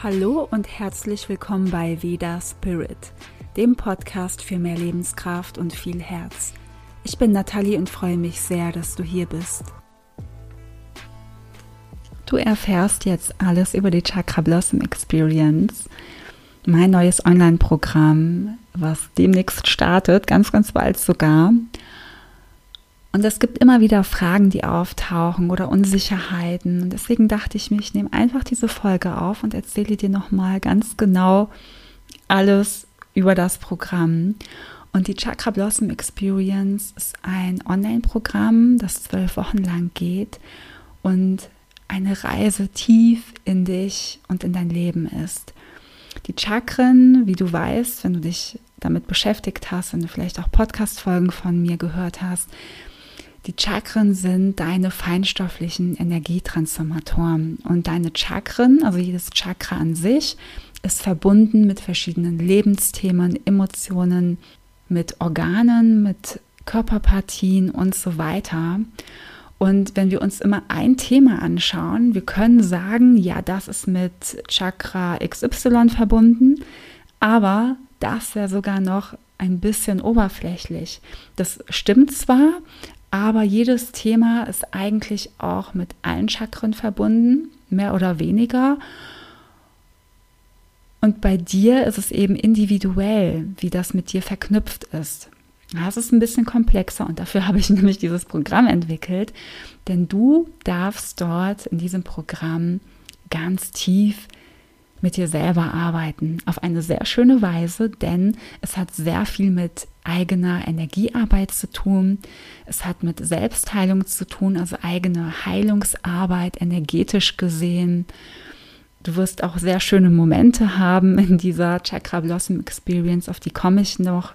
Hallo und herzlich willkommen bei Veda Spirit, dem Podcast für mehr Lebenskraft und viel Herz. Ich bin Nathalie und freue mich sehr, dass du hier bist. Du erfährst jetzt alles über die Chakra Blossom Experience, mein neues Online-Programm, was demnächst startet, ganz bald sogar. Und es gibt immer wieder Fragen, die auftauchen oder Unsicherheiten. Und deswegen dachte ich mir, ich nehme einfach diese Folge auf und erzähle dir nochmal ganz genau alles über das Programm. Und die Chakra Blossom Experience ist ein Online-Programm, das 12 Wochen lang geht und eine Reise tief in dich und in dein Leben ist. Die Chakren, wie du weißt, wenn du dich damit beschäftigt hast, wenn du vielleicht auch Podcast-Folgen von mir gehört hast, die Chakren sind deine feinstofflichen Energietransformatoren und deine Chakren, also jedes Chakra an sich, ist verbunden mit verschiedenen Lebensthemen, Emotionen, mit Organen, mit Körperpartien und so weiter. Und wenn wir uns immer ein Thema anschauen, wir können sagen, ja, das ist mit Chakra XY verbunden, aber das wäre sogar noch ein bisschen oberflächlich. Das stimmt zwar, aber jedes Thema ist eigentlich auch mit allen Chakren verbunden, mehr oder weniger. Und bei dir ist es eben individuell, wie das mit dir verknüpft ist. Das ist ein bisschen komplexer und dafür habe ich nämlich dieses Programm entwickelt, denn du darfst dort in diesem Programm ganz tief mit dir selber arbeiten, auf eine sehr schöne Weise, denn es hat sehr viel mit eigener Energiearbeit zu tun, es hat mit Selbstheilung zu tun, also eigene Heilungsarbeit, energetisch gesehen. Du wirst auch sehr schöne Momente haben in dieser Chakra Blossom Experience, auf die komme ich noch.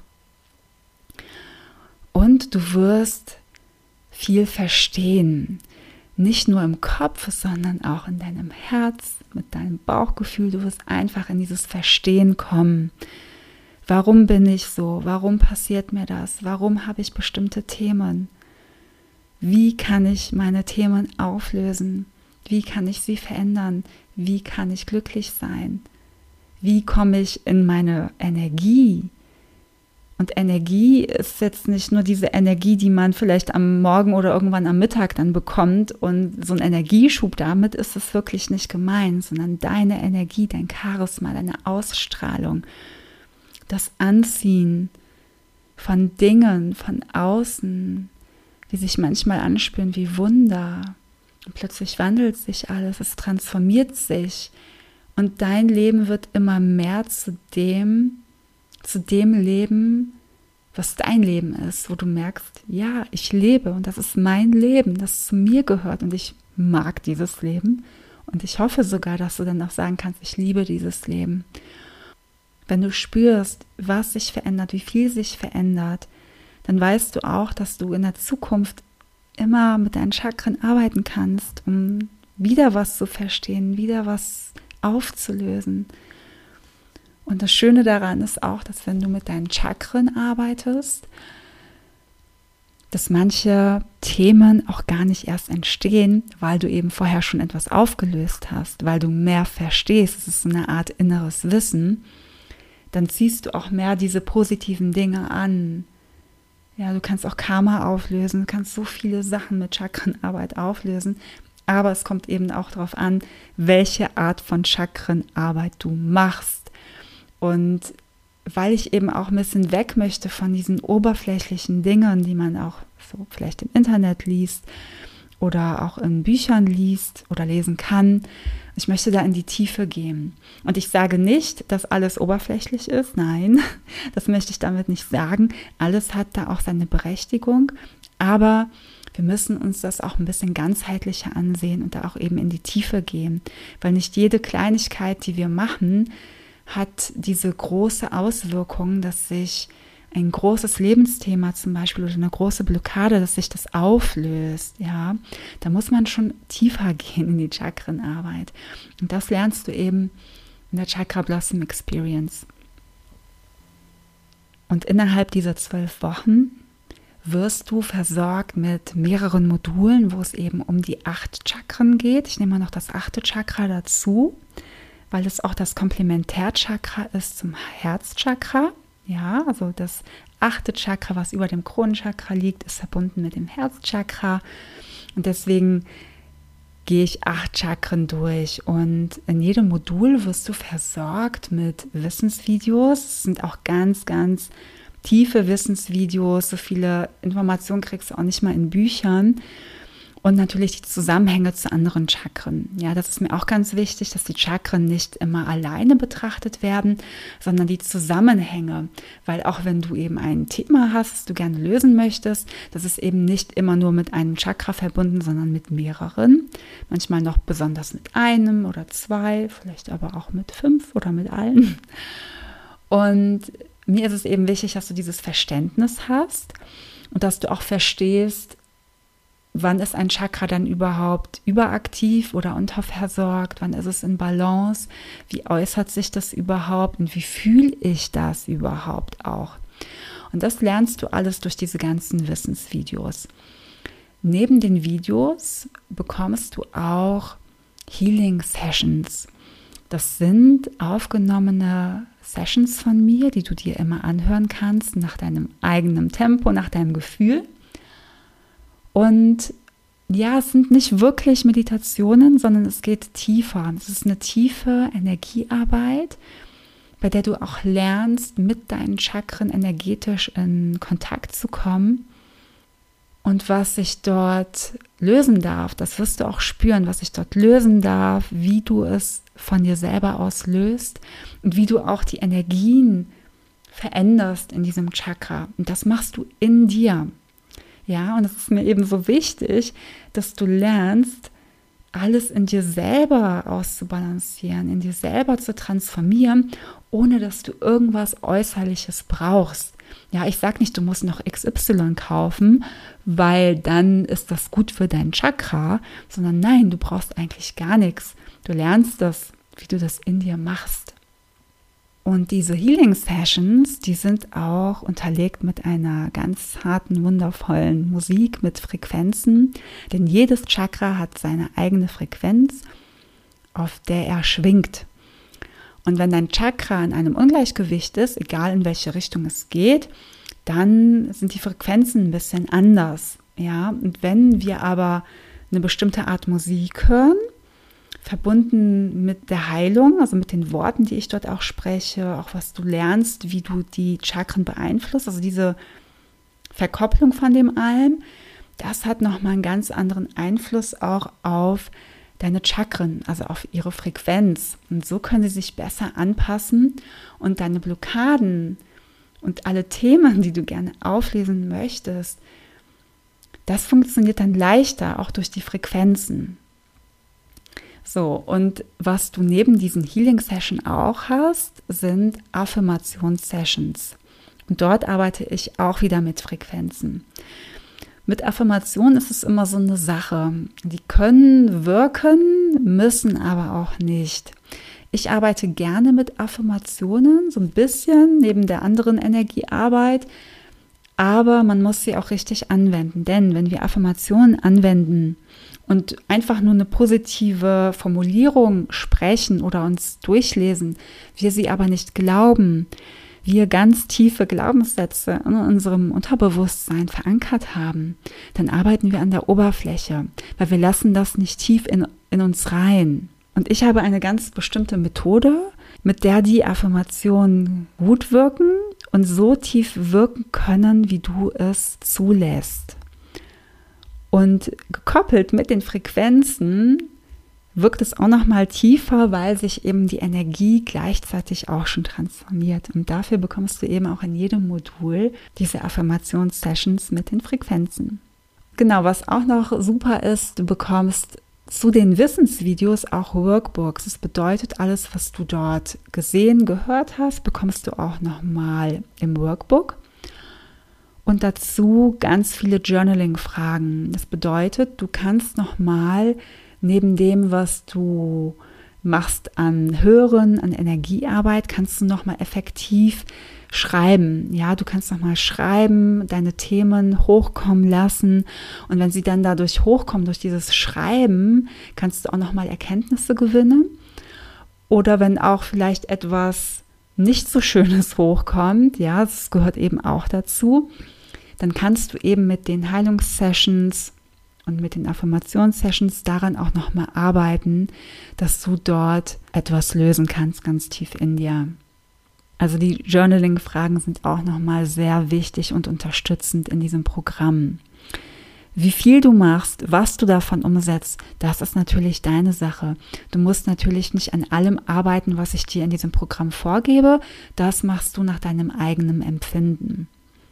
Und du wirst viel verstehen, nicht nur im Kopf, sondern auch in deinem Herz, mit deinem Bauchgefühl. Du wirst einfach in dieses Verstehen kommen. Warum bin ich so? Warum passiert mir das? Warum habe ich bestimmte Themen? Wie kann ich meine Themen auflösen? Wie kann ich sie verändern? Wie kann ich glücklich sein? Wie komme ich in meine Energie? Und Energie ist jetzt nicht nur diese Energie, die man vielleicht am Morgen oder irgendwann am Mittag dann bekommt und so ein Energieschub, damit ist es wirklich nicht gemeint, sondern deine Energie, dein Charisma, deine Ausstrahlung, das Anziehen von Dingen von außen, die sich manchmal anspüren wie Wunder. Und plötzlich wandelt sich alles, es transformiert sich und dein Leben wird immer mehr zu dem Leben, was dein Leben ist, wo du merkst, ja, ich lebe und das ist mein Leben, das zu mir gehört und ich mag dieses Leben und ich hoffe sogar, dass du dann auch sagen kannst, ich liebe dieses Leben. Wenn du spürst, was sich verändert, wie viel sich verändert, dann weißt du auch, dass du in der Zukunft immer mit deinen Chakren arbeiten kannst, um wieder was zu verstehen, wieder was aufzulösen. Und das Schöne daran ist auch, dass wenn du mit deinen Chakren arbeitest, dass manche Themen auch gar nicht erst entstehen, weil du eben vorher schon etwas aufgelöst hast, weil du mehr verstehst, es ist so eine Art inneres Wissen, dann ziehst du auch mehr diese positiven Dinge an. Ja, du kannst auch Karma auflösen, du kannst so viele Sachen mit Chakrenarbeit auflösen, aber es kommt eben auch darauf an, welche Art von Chakrenarbeit du machst. Und weil ich eben auch ein bisschen weg möchte von diesen oberflächlichen Dingen, die man auch so vielleicht im Internet liest oder auch in Büchern liest oder lesen kann, ich möchte da in die Tiefe gehen. Und ich sage nicht, dass alles oberflächlich ist, nein, das möchte ich damit nicht sagen. Alles hat da auch seine Berechtigung, aber wir müssen uns das auch ein bisschen ganzheitlicher ansehen und da auch eben in die Tiefe gehen, weil nicht jede Kleinigkeit, die wir machen, hat diese große Auswirkung, dass sich ein großes Lebensthema zum Beispiel oder eine große Blockade, dass sich das auflöst. Ja, da muss man schon tiefer gehen in die Chakrenarbeit. Und das lernst du eben in der Chakra Blossom Experience. Und innerhalb dieser 12 Wochen wirst du versorgt mit mehreren Modulen, wo es eben um die 8 Chakren geht. Ich nehme mal noch das 8. Chakra dazu, weil es auch das Komplementärchakra ist zum Herzchakra. Ja, also das 8. Chakra, was über dem Kronenchakra liegt, ist verbunden mit dem Herzchakra. Und deswegen gehe ich 8 Chakren durch. Und in jedem Modul wirst du versorgt mit Wissensvideos. Es sind auch ganz, ganz tiefe Wissensvideos. So viele Informationen kriegst du auch nicht mal in Büchern. Und natürlich die Zusammenhänge zu anderen Chakren. Ja, das ist mir auch ganz wichtig, dass die Chakren nicht immer alleine betrachtet werden, sondern die Zusammenhänge. Weil auch wenn du eben ein Thema hast, das du gerne lösen möchtest, das ist eben nicht immer nur mit einem Chakra verbunden, sondern mit mehreren. Manchmal noch besonders mit einem oder 2, vielleicht aber auch mit 5 oder mit allen. Und mir ist es eben wichtig, dass du dieses Verständnis hast und dass du auch verstehst, wann ist ein Chakra dann überhaupt überaktiv oder unterversorgt? Wann ist es in Balance? Wie äußert sich das überhaupt? Und wie fühle ich das überhaupt auch? Und das lernst du alles durch diese ganzen Wissensvideos. Neben den Videos bekommst du auch Healing Sessions. Das sind aufgenommene Sessions von mir, die du dir immer anhören kannst, nach deinem eigenen Tempo, nach deinem Gefühl. Und ja, es sind nicht wirklich Meditationen, sondern es geht tiefer. Es ist eine tiefe Energiearbeit, bei der du auch lernst, mit deinen Chakren energetisch in Kontakt zu kommen. Und was sich dort lösen darf, das wirst du auch spüren, was sich dort lösen darf, wie du es von dir selber aus löst und wie du auch die Energien veränderst in diesem Chakra. Und das machst du in dir. Ja, und es ist mir eben so wichtig, dass du lernst, alles in dir selber auszubalancieren, in dir selber zu transformieren, ohne dass du irgendwas Äußerliches brauchst. Ja, ich sage nicht, du musst noch XY kaufen, weil dann ist das gut für dein Chakra, sondern nein, du brauchst eigentlich gar nichts. Du lernst das, wie du das in dir machst. Und diese Healing Sessions, die sind auch unterlegt mit einer ganz harten, wundervollen Musik mit Frequenzen. Denn jedes Chakra hat seine eigene Frequenz, auf der er schwingt. Und wenn dein Chakra in einem Ungleichgewicht ist, egal in welche Richtung es geht, dann sind die Frequenzen ein bisschen anders. Ja? Und wenn wir aber eine bestimmte Art Musik hören, verbunden mit der Heilung, also mit den Worten, die ich dort auch spreche, auch was du lernst, wie du die Chakren beeinflusst, also diese Verkopplung von dem allem, das hat nochmal einen ganz anderen Einfluss auch auf deine Chakren, also auf ihre Frequenz. Und so können sie sich besser anpassen und deine Blockaden und alle Themen, die du gerne auflesen möchtest, das funktioniert dann leichter, auch durch die Frequenzen. So, und was du neben diesen Healing-Session auch hast, sind Affirmations-Sessions. Und dort arbeite ich auch wieder mit Frequenzen. Mit Affirmationen ist es immer so eine Sache. Die können wirken, müssen aber auch nicht. Ich arbeite gerne mit Affirmationen, so ein bisschen neben der anderen Energiearbeit, aber man muss sie auch richtig anwenden. Denn wenn wir Affirmationen anwenden und einfach nur eine positive Formulierung sprechen oder uns durchlesen, wir sie aber nicht glauben, wir ganz tiefe Glaubenssätze in unserem Unterbewusstsein verankert haben, dann arbeiten wir an der Oberfläche, weil wir lassen das nicht tief in uns rein. Und ich habe eine ganz bestimmte Methode, mit der die Affirmationen gut wirken und so tief wirken können, wie du es zulässt. Und gekoppelt mit den Frequenzen wirkt es auch noch mal tiefer, weil sich eben die Energie gleichzeitig auch schon transformiert. Und dafür bekommst du eben auch in jedem Modul diese Affirmations-Sessions mit den Frequenzen. Genau, was auch noch super ist, du bekommst zu den Wissensvideos auch Workbooks. Das bedeutet, alles, was du dort gesehen, gehört hast, bekommst du auch noch mal im Workbook. Und dazu ganz viele Journaling-Fragen. Das bedeutet, du kannst nochmal neben dem, was du machst an Hören, an Energiearbeit, kannst du nochmal effektiv schreiben. Ja, du kannst nochmal schreiben, deine Themen hochkommen lassen. Und wenn sie dann dadurch hochkommen, durch dieses Schreiben, kannst du auch nochmal Erkenntnisse gewinnen. Oder wenn auch vielleicht etwas nicht so Schönes hochkommt, ja, das gehört eben auch dazu, dann kannst du eben mit den Heilungssessions und mit den Affirmationssessions daran auch nochmal arbeiten, dass du dort etwas lösen kannst, ganz tief in dir. Also die Journaling-Fragen sind auch nochmal sehr wichtig und unterstützend in diesem Programm. Wie viel du machst, was du davon umsetzt, das ist natürlich deine Sache. Du musst natürlich nicht an allem arbeiten, was ich dir in diesem Programm vorgebe. Das machst du nach deinem eigenen Empfinden.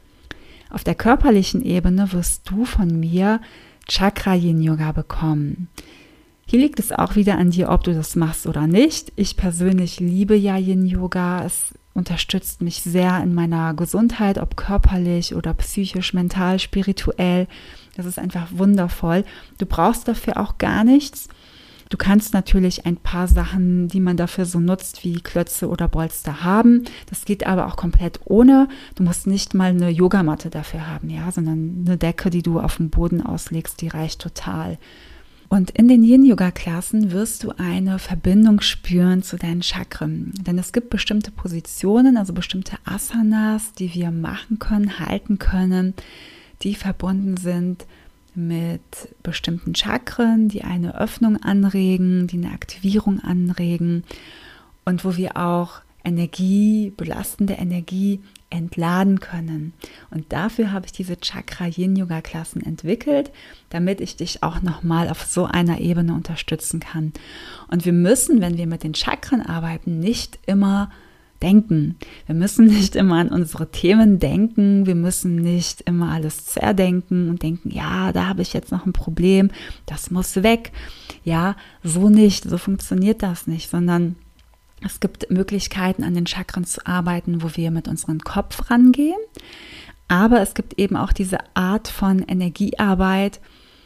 Auf der körperlichen Ebene wirst du von mir Chakra-Yin-Yoga bekommen. Hier liegt es auch wieder an dir, ob du das machst oder nicht. Ich persönlich liebe ja Yin-Yoga. Es unterstützt mich sehr in meiner Gesundheit, ob körperlich oder psychisch, mental, spirituell. Das ist einfach wundervoll. Du brauchst dafür auch gar nichts. Du kannst natürlich ein paar Sachen, die man dafür so nutzt, wie Klötze oder Bolster haben. Das geht aber auch komplett ohne. Du musst nicht mal eine Yogamatte dafür haben, ja, sondern eine Decke, die du auf dem Boden auslegst, die reicht total. Und in den Yin-Yoga-Klassen wirst du eine Verbindung spüren zu deinen Chakren. Denn es gibt bestimmte Positionen, also bestimmte Asanas, die wir machen können, halten können, die verbunden sind mit bestimmten Chakren, die eine Öffnung anregen, die eine Aktivierung anregen und wo wir auch Energie, belastende Energie entladen können. Und dafür habe ich diese Chakra-Yin-Yoga-Klassen entwickelt, damit ich dich auch nochmal auf so einer Ebene unterstützen kann. Und wir müssen, wenn wir mit den Chakren arbeiten, nicht immer denken. Wir müssen nicht immer an unsere Themen denken. Wir müssen nicht immer alles zerdenken und denken, ja, da habe ich jetzt noch ein Problem, das muss weg. Ja, so nicht, so funktioniert das nicht, sondern es gibt Möglichkeiten, an den Chakren zu arbeiten, wo wir mit unserem Kopf rangehen. Aber es gibt eben auch diese Art von Energiearbeit,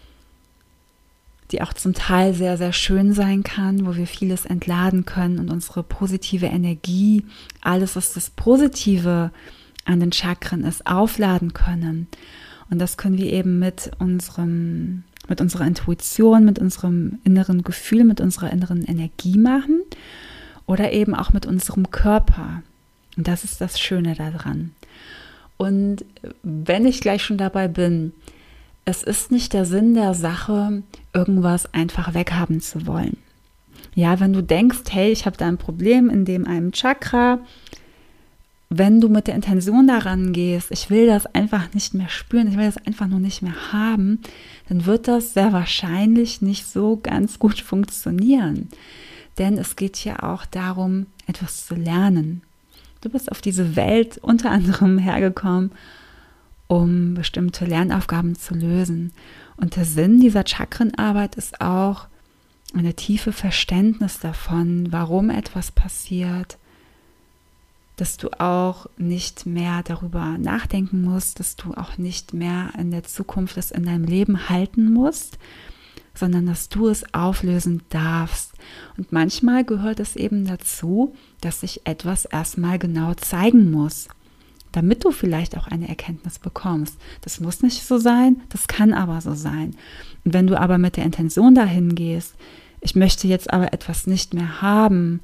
die auch zum Teil sehr, sehr schön sein kann, wo wir vieles entladen können und unsere positive Energie, alles, was das Positive an den Chakren ist, aufladen können. Und das können wir eben mit unserer Intuition, mit unserem inneren Gefühl, mit unserer inneren Energie machen. Oder eben auch mit unserem Körper. Und das ist das Schöne daran. Und wenn ich gleich schon dabei bin, es ist nicht der Sinn der Sache, irgendwas einfach weghaben zu wollen. Ja, wenn du denkst, hey, ich habe da ein Problem in dem einen Chakra, wenn du mit der Intention daran gehst, ich will das einfach nicht mehr spüren, ich will das einfach nur nicht mehr haben, dann wird das sehr wahrscheinlich nicht so ganz gut funktionieren. Denn es geht ja auch darum, etwas zu lernen. Du bist auf diese Welt unter anderem hergekommen, um bestimmte Lernaufgaben zu lösen. Und der Sinn dieser Chakrenarbeit ist auch eine tiefe Verständnis davon, warum etwas passiert, dass du auch nicht mehr darüber nachdenken musst, dass du auch nicht mehr in der Zukunft es in deinem Leben halten musst, sondern dass du es auflösen darfst. Und manchmal gehört es eben dazu, dass sich etwas erstmal genau zeigen muss, damit du vielleicht auch eine Erkenntnis bekommst. Das muss nicht so sein, das kann aber so sein. Und wenn du aber mit der Intention dahin gehst, ich möchte jetzt aber etwas nicht mehr haben,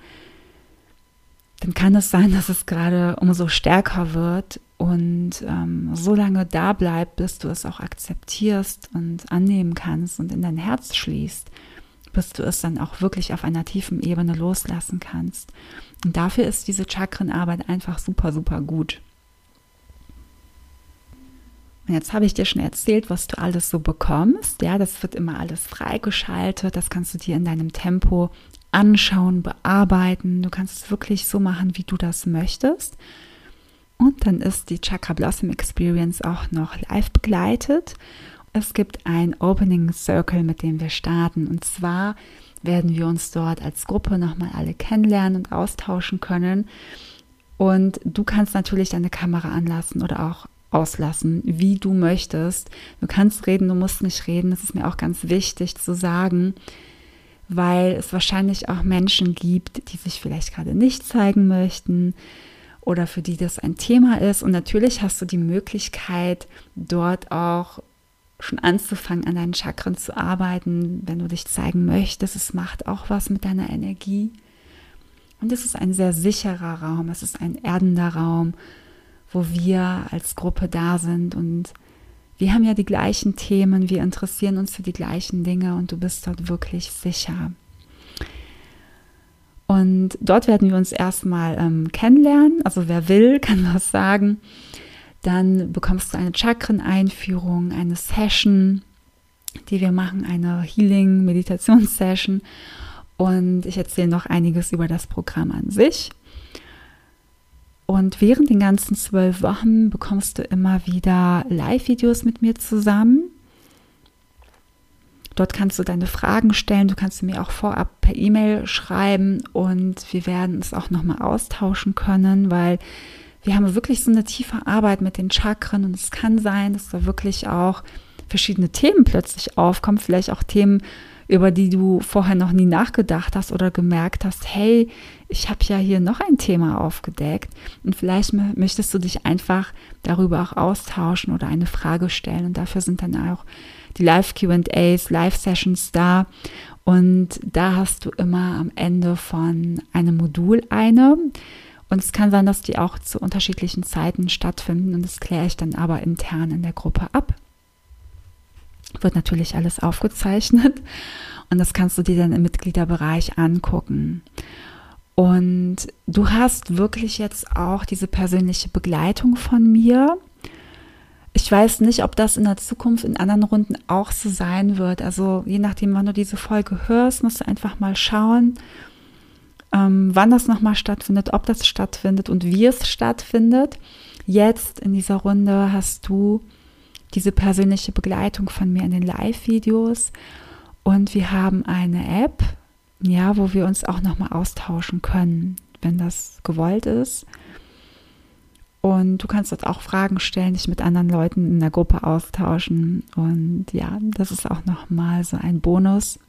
dann kann es sein, dass es gerade umso stärker wird und so lange da bleibt, bis du es auch akzeptierst und annehmen kannst und in dein Herz schließt, bis du es dann auch wirklich auf einer tiefen Ebene loslassen kannst. Und dafür ist diese Chakrenarbeit einfach super, super gut. Und jetzt habe ich dir schon erzählt, was du alles so bekommst. Ja, das wird immer alles freigeschaltet. Das kannst du dir in deinem Tempo anschauen, bearbeiten. Du kannst es wirklich so machen, wie du das möchtest. Und dann ist die Chakra Blossom Experience auch noch live begleitet. Es gibt ein Opening Circle, mit dem wir starten. Und zwar werden wir uns dort als Gruppe nochmal alle kennenlernen und austauschen können. Und du kannst natürlich deine Kamera anlassen oder auch auslassen, wie du möchtest. Du kannst reden, du musst nicht reden. Das ist mir auch ganz wichtig zu sagen, weil es wahrscheinlich auch Menschen gibt, die sich vielleicht gerade nicht zeigen möchten oder für die das ein Thema ist. Und natürlich hast du die Möglichkeit, dort auch schon anzufangen, an deinen Chakren zu arbeiten, wenn du dich zeigen möchtest. Es macht auch was mit deiner Energie. Und es ist ein sehr sicherer Raum, es ist ein erdender Raum, wo wir als Gruppe da sind und wir haben ja die gleichen Themen, wir interessieren uns für die gleichen Dinge und du bist dort wirklich sicher. Und dort werden wir uns erstmal kennenlernen, also wer will, kann was sagen. Dann bekommst du eine Chakren-Einführung, eine Session, die wir machen, eine Healing-Meditations-Session. Und ich erzähle noch einiges über das Programm an sich. Und während den ganzen 12 Wochen bekommst du immer wieder Live-Videos mit mir zusammen. Dort kannst du deine Fragen stellen, du kannst mir auch vorab per E-Mail schreiben und wir werden es auch nochmal austauschen können, weil wir haben wirklich so eine tiefe Arbeit mit den Chakren und es kann sein, dass da wirklich auch verschiedene Themen plötzlich aufkommen, vielleicht auch Themen, über die du vorher noch nie nachgedacht hast oder gemerkt hast, hey, ich habe ja hier noch ein Thema aufgedeckt und vielleicht möchtest du dich einfach darüber auch austauschen oder eine Frage stellen und dafür sind dann auch die Live-Q&As, Live-Sessions da und da hast du immer am Ende von einem Modul eine und es kann sein, dass die auch zu unterschiedlichen Zeiten stattfinden und das kläre ich dann aber intern in der Gruppe ab. Wird natürlich alles aufgezeichnet und das kannst du dir dann im Mitgliederbereich angucken. Und du hast wirklich jetzt auch diese persönliche Begleitung von mir. Ich weiß nicht, ob das in der Zukunft in anderen Runden auch so sein wird. Also je nachdem, wann du diese Folge hörst, musst du einfach mal schauen, wann das nochmal stattfindet, ob das stattfindet und wie es stattfindet. Jetzt in dieser Runde hast du diese persönliche Begleitung von mir in den Live-Videos und wir haben eine App, ja, wo wir uns auch nochmal austauschen können, wenn das gewollt ist. Und du kannst dort auch Fragen stellen, dich mit anderen Leuten in der Gruppe austauschen und ja, das ist auch nochmal so ein Bonus.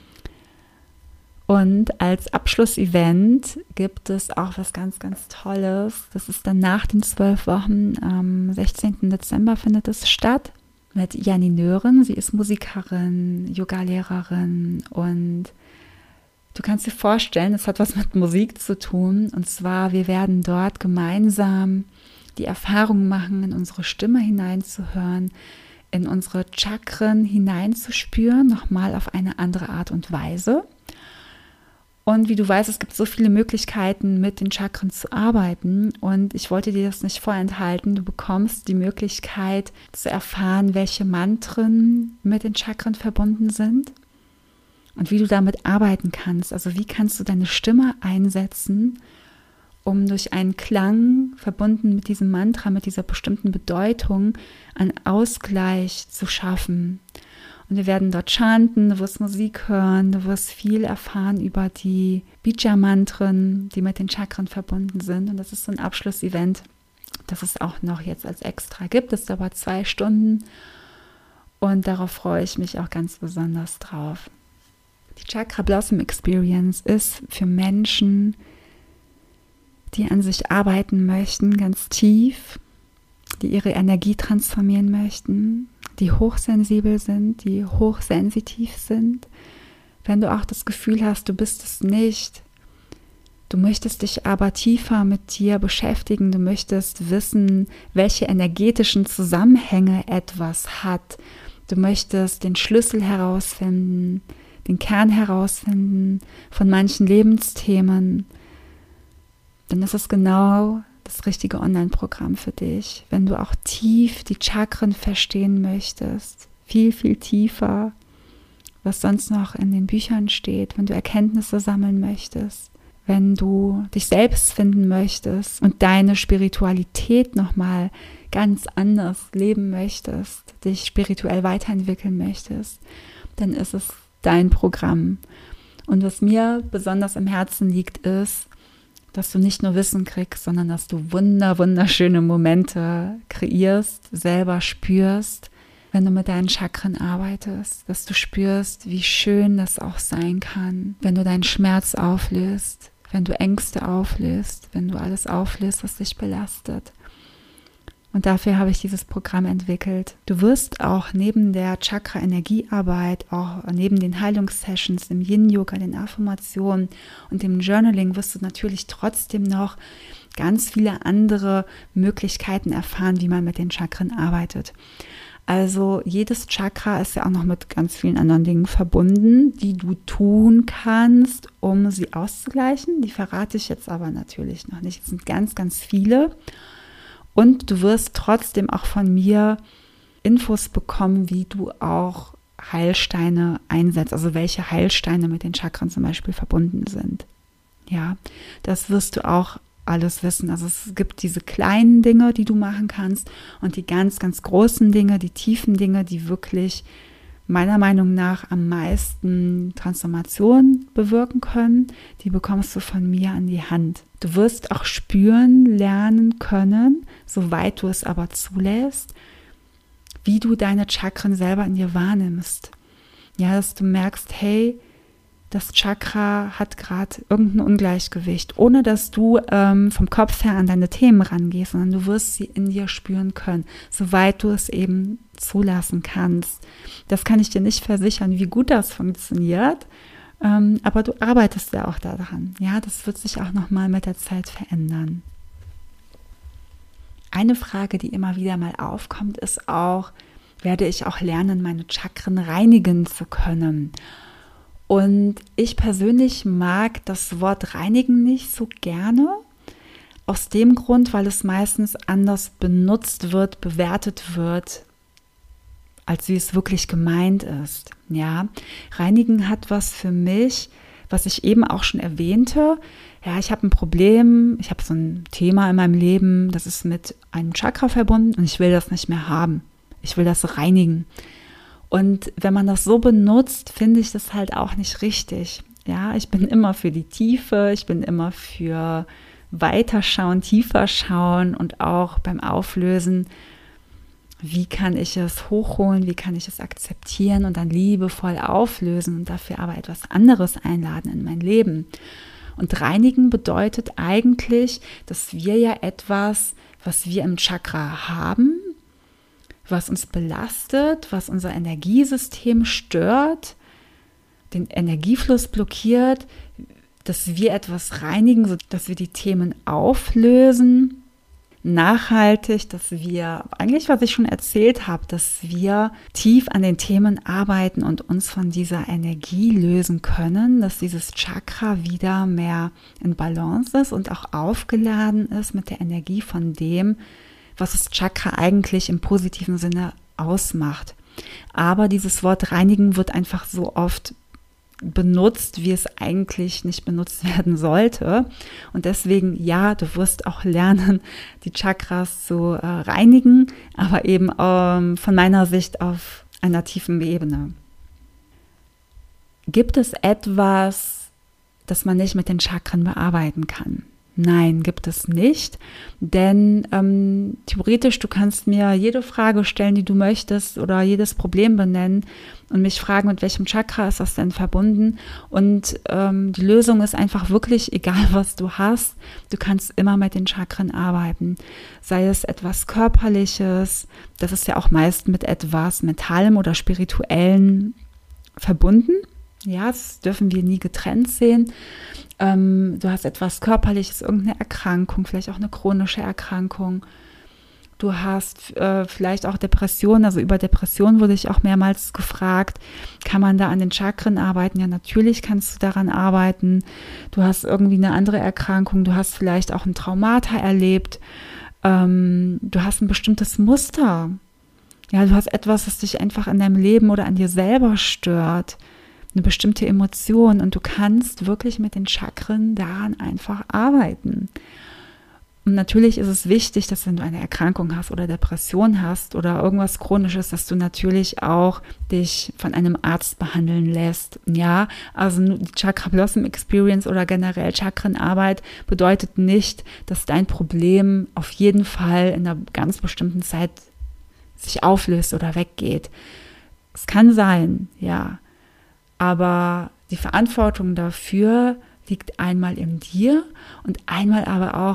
Und als Abschlussevent gibt es auch was ganz, ganz Tolles. Das ist dann nach den 12 Wochen, am 16. Dezember findet es statt mit Janni Nören. Sie ist Musikerin, Yoga-Lehrerin und du kannst dir vorstellen, es hat was mit Musik zu tun. Und zwar, wir werden dort gemeinsam die Erfahrung machen, in unsere Stimme hineinzuhören, in unsere Chakren hineinzuspüren, nochmal auf eine andere Art und Weise. Und wie du weißt, es gibt so viele Möglichkeiten, mit den Chakren zu arbeiten. Und ich wollte dir das nicht vorenthalten. Du bekommst die Möglichkeit zu erfahren, welche Mantren mit den Chakren verbunden sind und wie du damit arbeiten kannst. Also wie kannst du deine Stimme einsetzen, um durch einen Klang verbunden mit diesem Mantra, mit dieser bestimmten Bedeutung, einen Ausgleich zu schaffen. Und wir werden dort chanten, du wirst Musik hören, du wirst viel erfahren über die Bija-Mantren, die mit den Chakren verbunden sind. Und das ist so ein Abschlussevent, das es auch noch jetzt als extra gibt. Das dauert 2 Stunden und darauf freue ich mich auch ganz besonders drauf. Die Chakra Blossom Experience ist für Menschen, die an sich arbeiten möchten, ganz tief, die ihre Energie transformieren möchten, die hochsensibel sind, die hochsensitiv sind. Wenn du auch das Gefühl hast, du bist es nicht, du möchtest dich aber tiefer mit dir beschäftigen, du möchtest wissen, welche energetischen Zusammenhänge etwas hat, du möchtest den Schlüssel herausfinden, den Kern herausfinden von manchen Lebensthemen, dann ist es genau das richtige Online-Programm für dich. Wenn du auch tief die Chakren verstehen möchtest, viel, viel tiefer, was sonst noch in den Büchern steht, wenn du Erkenntnisse sammeln möchtest, wenn du dich selbst finden möchtest und deine Spiritualität nochmal ganz anders leben möchtest, dich spirituell weiterentwickeln möchtest, dann ist es dein Programm. Und was mir besonders am Herzen liegt, ist, dass du nicht nur Wissen kriegst, sondern dass du wunderschöne Momente kreierst, selber spürst, wenn du mit deinen Chakren arbeitest, dass du spürst, wie schön das auch sein kann, wenn du deinen Schmerz auflöst, wenn du Ängste auflöst, wenn du alles auflöst, was dich belastet. Und dafür habe ich dieses Programm entwickelt. Du wirst auch neben der Chakra-Energiearbeit, auch neben den Heilungssessions, dem Yin-Yoga, den Affirmationen und dem Journaling, wirst du natürlich trotzdem noch ganz viele andere Möglichkeiten erfahren, wie man mit den Chakren arbeitet. Also jedes Chakra ist ja auch noch mit ganz vielen anderen Dingen verbunden, die du tun kannst, um sie auszugleichen. Die verrate ich jetzt aber natürlich noch nicht. Es sind ganz, ganz viele. Und du wirst trotzdem auch von mir Infos bekommen, wie du auch Heilsteine einsetzt. Also welche Heilsteine mit den Chakren zum Beispiel verbunden sind. Ja, das wirst du auch alles wissen. Also es gibt diese kleinen Dinge, die du machen kannst und die ganz, ganz großen Dinge, die tiefen Dinge, die wirklich meiner Meinung nach am meisten Transformation bewirken können, die bekommst du von mir an die Hand. Du wirst auch spüren, lernen können, soweit du es aber zulässt, wie du deine Chakren selber in dir wahrnimmst. Ja, dass du merkst, hey, das Chakra hat gerade irgendein Ungleichgewicht, ohne dass du vom Kopf her an deine Themen rangehst, sondern du wirst sie in dir spüren können, soweit du es eben zulassen kannst. Das kann ich dir nicht versichern, wie gut das funktioniert, aber du arbeitest ja auch daran. Ja, das wird sich auch nochmal mit der Zeit verändern. Eine Frage, die immer wieder mal aufkommt, ist auch, werde ich auch lernen, meine Chakren reinigen zu können? Und ich persönlich mag das Wort reinigen nicht so gerne, aus dem Grund, weil es meistens anders benutzt wird, bewertet wird, als wie es wirklich gemeint ist. Ja, reinigen hat was für mich, was ich eben auch schon erwähnte. Ja, ich habe ein Problem, ich habe so ein Thema in meinem Leben, das ist mit einem Chakra verbunden und ich will das nicht mehr haben. Ich will das reinigen. Und wenn man das so benutzt, finde ich das halt auch nicht richtig. Ja, ich bin immer für die Tiefe, ich bin immer für Weiterschauen, tiefer schauen und auch beim Auflösen, wie kann ich es hochholen, wie kann ich es akzeptieren und dann liebevoll auflösen und dafür aber etwas anderes einladen in mein Leben. Und reinigen bedeutet eigentlich, dass wir ja etwas, was wir im Chakra haben, was uns belastet, was unser Energiesystem stört, den Energiefluss blockiert, dass wir etwas reinigen, sodass wir die Themen auflösen, nachhaltig, dass wir, eigentlich was ich schon erzählt habe, dass wir tief an den Themen arbeiten und uns von dieser Energie lösen können, dass dieses Chakra wieder mehr in Balance ist und auch aufgeladen ist mit der Energie von dem, was das Chakra eigentlich im positiven Sinne ausmacht. Aber dieses Wort reinigen wird einfach so oft benutzt, wie es eigentlich nicht benutzt werden sollte. Und deswegen, ja, du wirst auch lernen, die Chakras zu reinigen, aber eben von meiner Sicht auf einer tiefen Ebene. Gibt es etwas, das man nicht mit den Chakren bearbeiten kann? Nein, gibt es nicht, denn theoretisch, du kannst mir jede Frage stellen, die du möchtest oder jedes Problem benennen und mich fragen, mit welchem Chakra ist das denn verbunden, und die Lösung ist einfach wirklich, egal was du hast, du kannst immer mit den Chakren arbeiten, sei es etwas Körperliches, das ist ja auch meist mit etwas Mentalem oder Spirituellem verbunden. Ja, das dürfen wir nie getrennt sehen. Du hast etwas Körperliches, irgendeine Erkrankung, vielleicht auch eine chronische Erkrankung. Du hast vielleicht auch Depressionen, also über Depressionen wurde ich auch mehrmals gefragt, kann man da an den Chakren arbeiten? Ja, natürlich kannst du daran arbeiten. Du hast irgendwie eine andere Erkrankung, du hast vielleicht auch ein Traumata erlebt, du hast ein bestimmtes Muster. Ja, du hast etwas, was dich einfach in deinem Leben oder an dir selber stört, eine bestimmte Emotion, und du kannst wirklich mit den Chakren daran einfach arbeiten. Und natürlich ist es wichtig, dass wenn du eine Erkrankung hast oder Depression hast oder irgendwas Chronisches, dass du natürlich auch dich von einem Arzt behandeln lässt. Ja, also die Chakra Blossom Experience oder generell Chakrenarbeit bedeutet nicht, dass dein Problem auf jeden Fall in einer ganz bestimmten Zeit sich auflöst oder weggeht. Es kann sein, ja. Aber die Verantwortung dafür liegt einmal in dir und einmal aber auch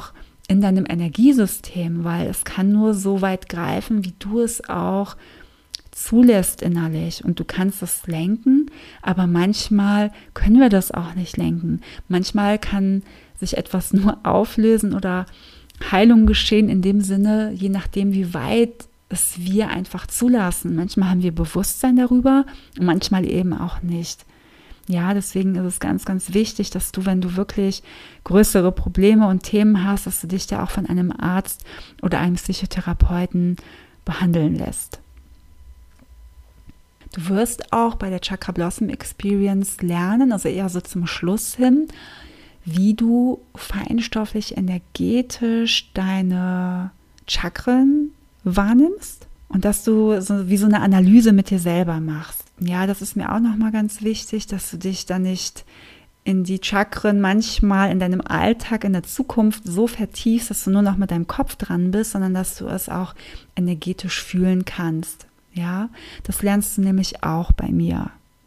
in deinem Energiesystem, weil es kann nur so weit greifen, wie du es auch zulässt innerlich, und du kannst es lenken, aber manchmal können wir das auch nicht lenken. Manchmal kann sich etwas nur auflösen oder Heilung geschehen in dem Sinne, je nachdem, wie weit es wir einfach zulassen. Manchmal haben wir Bewusstsein darüber und manchmal eben auch nicht. Ja, deswegen ist es ganz, ganz wichtig, dass du, wenn du wirklich größere Probleme und Themen hast, dass du dich da auch von einem Arzt oder einem Psychotherapeuten behandeln lässt. Du wirst auch bei der Chakra Blossom Experience lernen, also eher so zum Schluss hin, wie du feinstofflich, energetisch deine Chakren wahrnimmst und dass du so wie so eine Analyse mit dir selber machst. Ja, das ist mir auch nochmal ganz wichtig, dass du dich da nicht in die Chakren manchmal in deinem Alltag, in der Zukunft so vertiefst, dass du nur noch mit deinem Kopf dran bist, sondern dass du es auch energetisch fühlen kannst. Ja, das lernst du nämlich auch bei mir.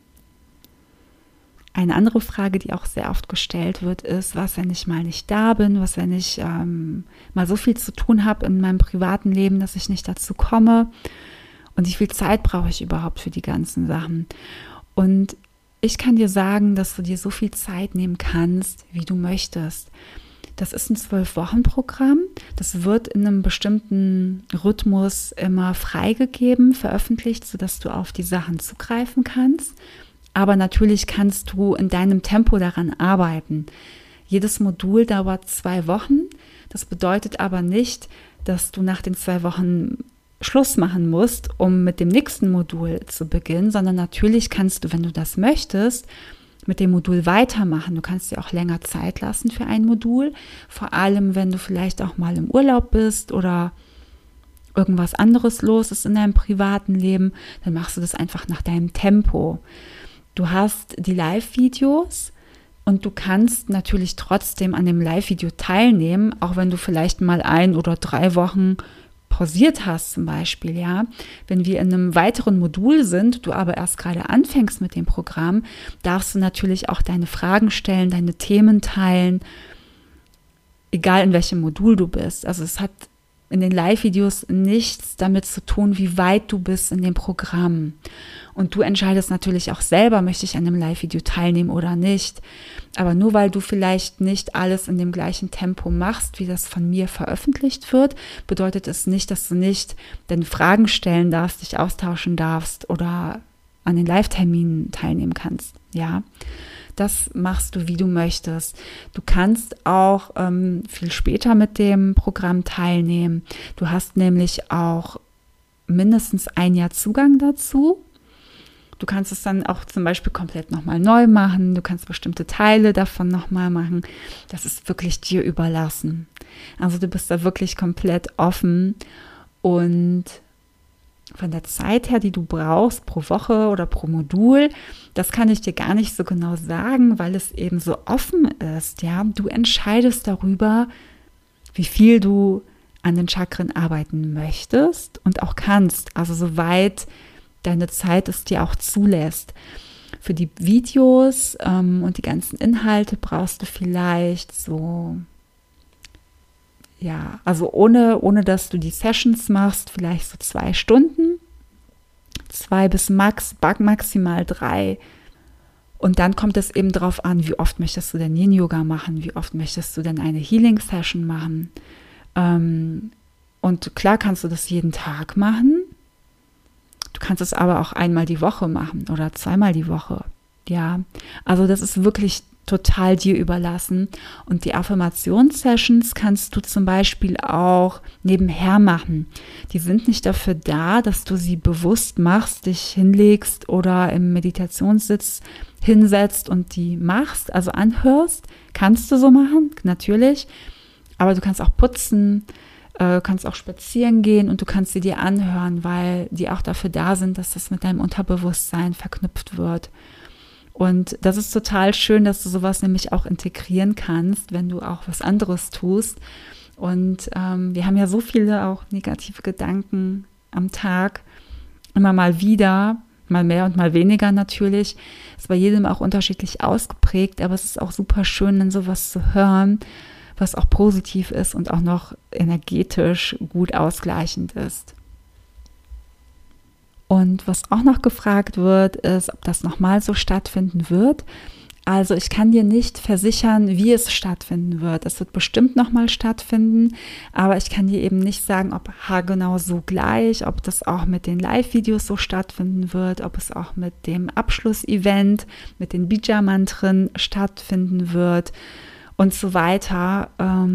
Eine andere Frage, die auch sehr oft gestellt wird, ist, was, wenn ich mal nicht da bin, was, wenn ich mal so viel zu tun habe in meinem privaten Leben, dass ich nicht dazu komme, und wie viel Zeit brauche ich überhaupt für die ganzen Sachen. Und ich kann dir sagen, dass du dir so viel Zeit nehmen kannst, wie du möchtest. Das ist ein 12-Wochen-Programm. Das wird in einem bestimmten Rhythmus immer freigegeben, veröffentlicht, sodass du auf die Sachen zugreifen kannst. Aber natürlich kannst du in deinem Tempo daran arbeiten. Jedes Modul dauert 2 Wochen. Das bedeutet aber nicht, dass du nach den 2 Wochen Schluss machen musst, um mit dem nächsten Modul zu beginnen, sondern natürlich kannst du, wenn du das möchtest, mit dem Modul weitermachen. Du kannst dir auch länger Zeit lassen für ein Modul, vor allem wenn du vielleicht auch mal im Urlaub bist oder irgendwas anderes los ist in deinem privaten Leben, dann machst du das einfach nach deinem Tempo. Du hast die Live-Videos und du kannst natürlich trotzdem an dem Live-Video teilnehmen, auch wenn du vielleicht mal 1 oder 3 Wochen pausiert hast zum Beispiel, ja. Wenn wir in einem weiteren Modul sind, du aber erst gerade anfängst mit dem Programm, darfst du natürlich auch deine Fragen stellen, deine Themen teilen, egal in welchem Modul du bist. Also es hat in den Live-Videos nichts damit zu tun, wie weit du bist in dem Programm. Und du entscheidest natürlich auch selber, möchte ich an einem Live-Video teilnehmen oder nicht. Aber nur weil du vielleicht nicht alles in dem gleichen Tempo machst, wie das von mir veröffentlicht wird, bedeutet es nicht, dass du nicht deine Fragen stellen darfst, dich austauschen darfst oder an den Live-Terminen teilnehmen kannst. Ja, das machst du, wie du möchtest. Du kannst auch viel später mit dem Programm teilnehmen. Du hast nämlich auch mindestens 1 Jahr Zugang dazu. Du kannst es dann auch zum Beispiel komplett nochmal neu machen. Du kannst bestimmte Teile davon nochmal machen. Das ist wirklich dir überlassen. Also du bist da wirklich komplett offen. Und von der Zeit her, die du brauchst, pro Woche oder pro Modul, das kann ich dir gar nicht so genau sagen, weil es eben so offen ist. Ja? Du entscheidest darüber, wie viel du an den Chakren arbeiten möchtest und auch kannst. Also soweit deine Zeit es dir auch zulässt. Für die Videos und die ganzen Inhalte brauchst du vielleicht so, ja, also ohne dass du die Sessions machst, vielleicht so 2 Stunden, 2 bis maximal 3. Und dann kommt es eben darauf an, wie oft möchtest du denn Yin-Yoga machen, wie oft möchtest du denn eine Healing-Session machen. Und klar kannst du das jeden Tag machen. Du kannst es aber auch einmal die Woche machen oder zweimal die Woche. Ja, also das ist wirklich total dir überlassen. Und die Affirmationssessions kannst du zum Beispiel auch nebenher machen. Die sind nicht dafür da, dass du sie bewusst machst, dich hinlegst oder im Meditationssitz hinsetzt und die machst, also anhörst. Kannst du so machen, natürlich. Aber du kannst auch putzen, kannst auch spazieren gehen und du kannst sie dir anhören, weil die auch dafür da sind, dass das mit deinem Unterbewusstsein verknüpft wird. Und das ist total schön, dass du sowas nämlich auch integrieren kannst, wenn du auch was anderes tust. Und wir haben ja so viele auch negative Gedanken am Tag, immer mal wieder, mal mehr und mal weniger natürlich. Ist bei jedem auch unterschiedlich ausgeprägt, aber es ist auch super schön, dann sowas zu hören, was auch positiv ist und auch noch energetisch gut ausgleichend ist. Und was auch noch gefragt wird, ist, ob das nochmal so stattfinden wird. Also ich kann dir nicht versichern, wie es stattfinden wird. Es wird bestimmt nochmal stattfinden, aber ich kann dir eben nicht sagen, ob haargenau so gleich, ob das auch mit den Live-Videos so stattfinden wird, ob es auch mit dem Abschlussevent, mit den Bija-Mantren stattfinden wird und so weiter.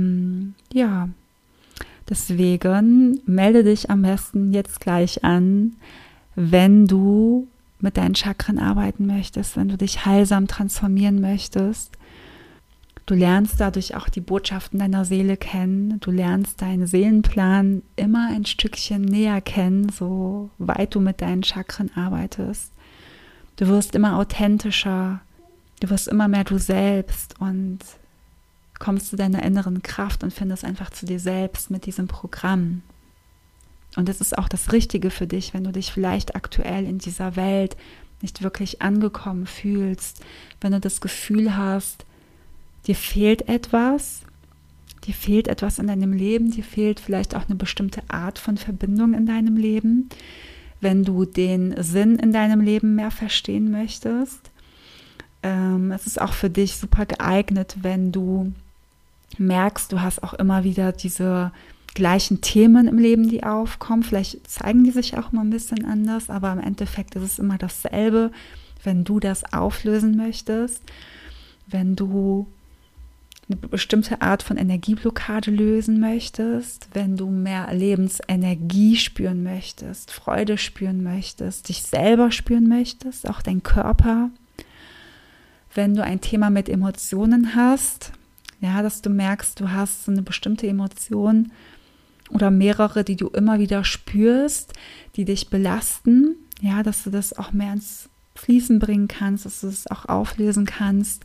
Deswegen melde dich am besten jetzt gleich an, wenn du mit deinen Chakren arbeiten möchtest, wenn du dich heilsam transformieren möchtest. Du lernst dadurch auch die Botschaften deiner Seele kennen. Du lernst deinen Seelenplan immer ein Stückchen näher kennen, so weit du mit deinen Chakren arbeitest. Du wirst immer authentischer, du wirst immer mehr du selbst und kommst zu deiner inneren Kraft und findest einfach zu dir selbst mit diesem Programm. Und es ist auch das Richtige für dich, wenn du dich vielleicht aktuell in dieser Welt nicht wirklich angekommen fühlst, wenn du das Gefühl hast, dir fehlt etwas in deinem Leben, dir fehlt vielleicht auch eine bestimmte Art von Verbindung in deinem Leben, wenn du den Sinn in deinem Leben mehr verstehen möchtest. Es ist auch für dich super geeignet, wenn du merkst, du hast auch immer wieder diese gleichen Themen im Leben, die aufkommen. Vielleicht zeigen die sich auch mal ein bisschen anders, aber im Endeffekt ist es immer dasselbe, wenn du das auflösen möchtest, wenn du eine bestimmte Art von Energieblockade lösen möchtest, wenn du mehr Lebensenergie spüren möchtest, Freude spüren möchtest, dich selber spüren möchtest, auch dein Körper, wenn du ein Thema mit Emotionen hast, ja, dass du merkst, du hast so eine bestimmte Emotion oder mehrere, die du immer wieder spürst, die dich belasten, ja, dass du das auch mehr ins Fließen bringen kannst, dass du es auch auflösen kannst.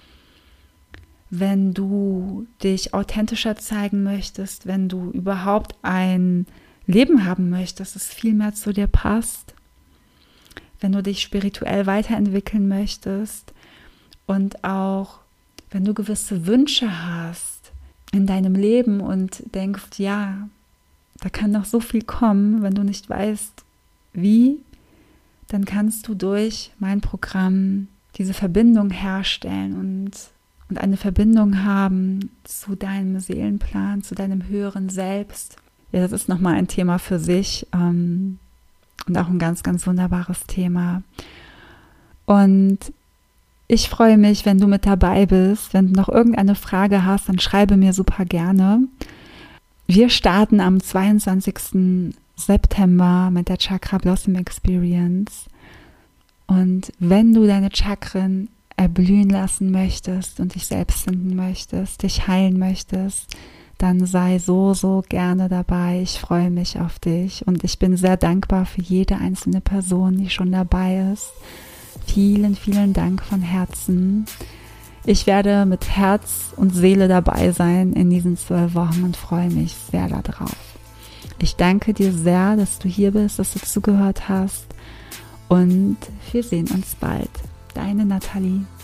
Wenn du dich authentischer zeigen möchtest, wenn du überhaupt ein Leben haben möchtest, das viel mehr zu dir passt, wenn du dich spirituell weiterentwickeln möchtest und auch wenn du gewisse Wünsche hast in deinem Leben und denkst, ja, da kann noch so viel kommen, wenn du nicht weißt, wie, dann kannst du durch mein Programm diese Verbindung herstellen und eine Verbindung haben zu deinem Seelenplan, zu deinem höheren Selbst. Ja, das ist nochmal ein Thema für sich und auch ein ganz, ganz wunderbares Thema. Und ich freue mich, wenn du mit dabei bist. Wenn du noch irgendeine Frage hast, dann schreibe mir super gerne. Wir starten am 22. September mit der Chakra Blossom Experience. Und wenn du deine Chakren erblühen lassen möchtest und dich selbst finden möchtest, dich heilen möchtest, dann sei so, so gerne dabei. Ich freue mich auf dich und ich bin sehr dankbar für jede einzelne Person, die schon dabei ist. Vielen, vielen Dank von Herzen. Ich werde mit Herz und Seele dabei sein in diesen 12 Wochen und freue mich sehr darauf. Ich danke dir sehr, dass du hier bist, dass du zugehört hast und wir sehen uns bald. Deine Nathalie.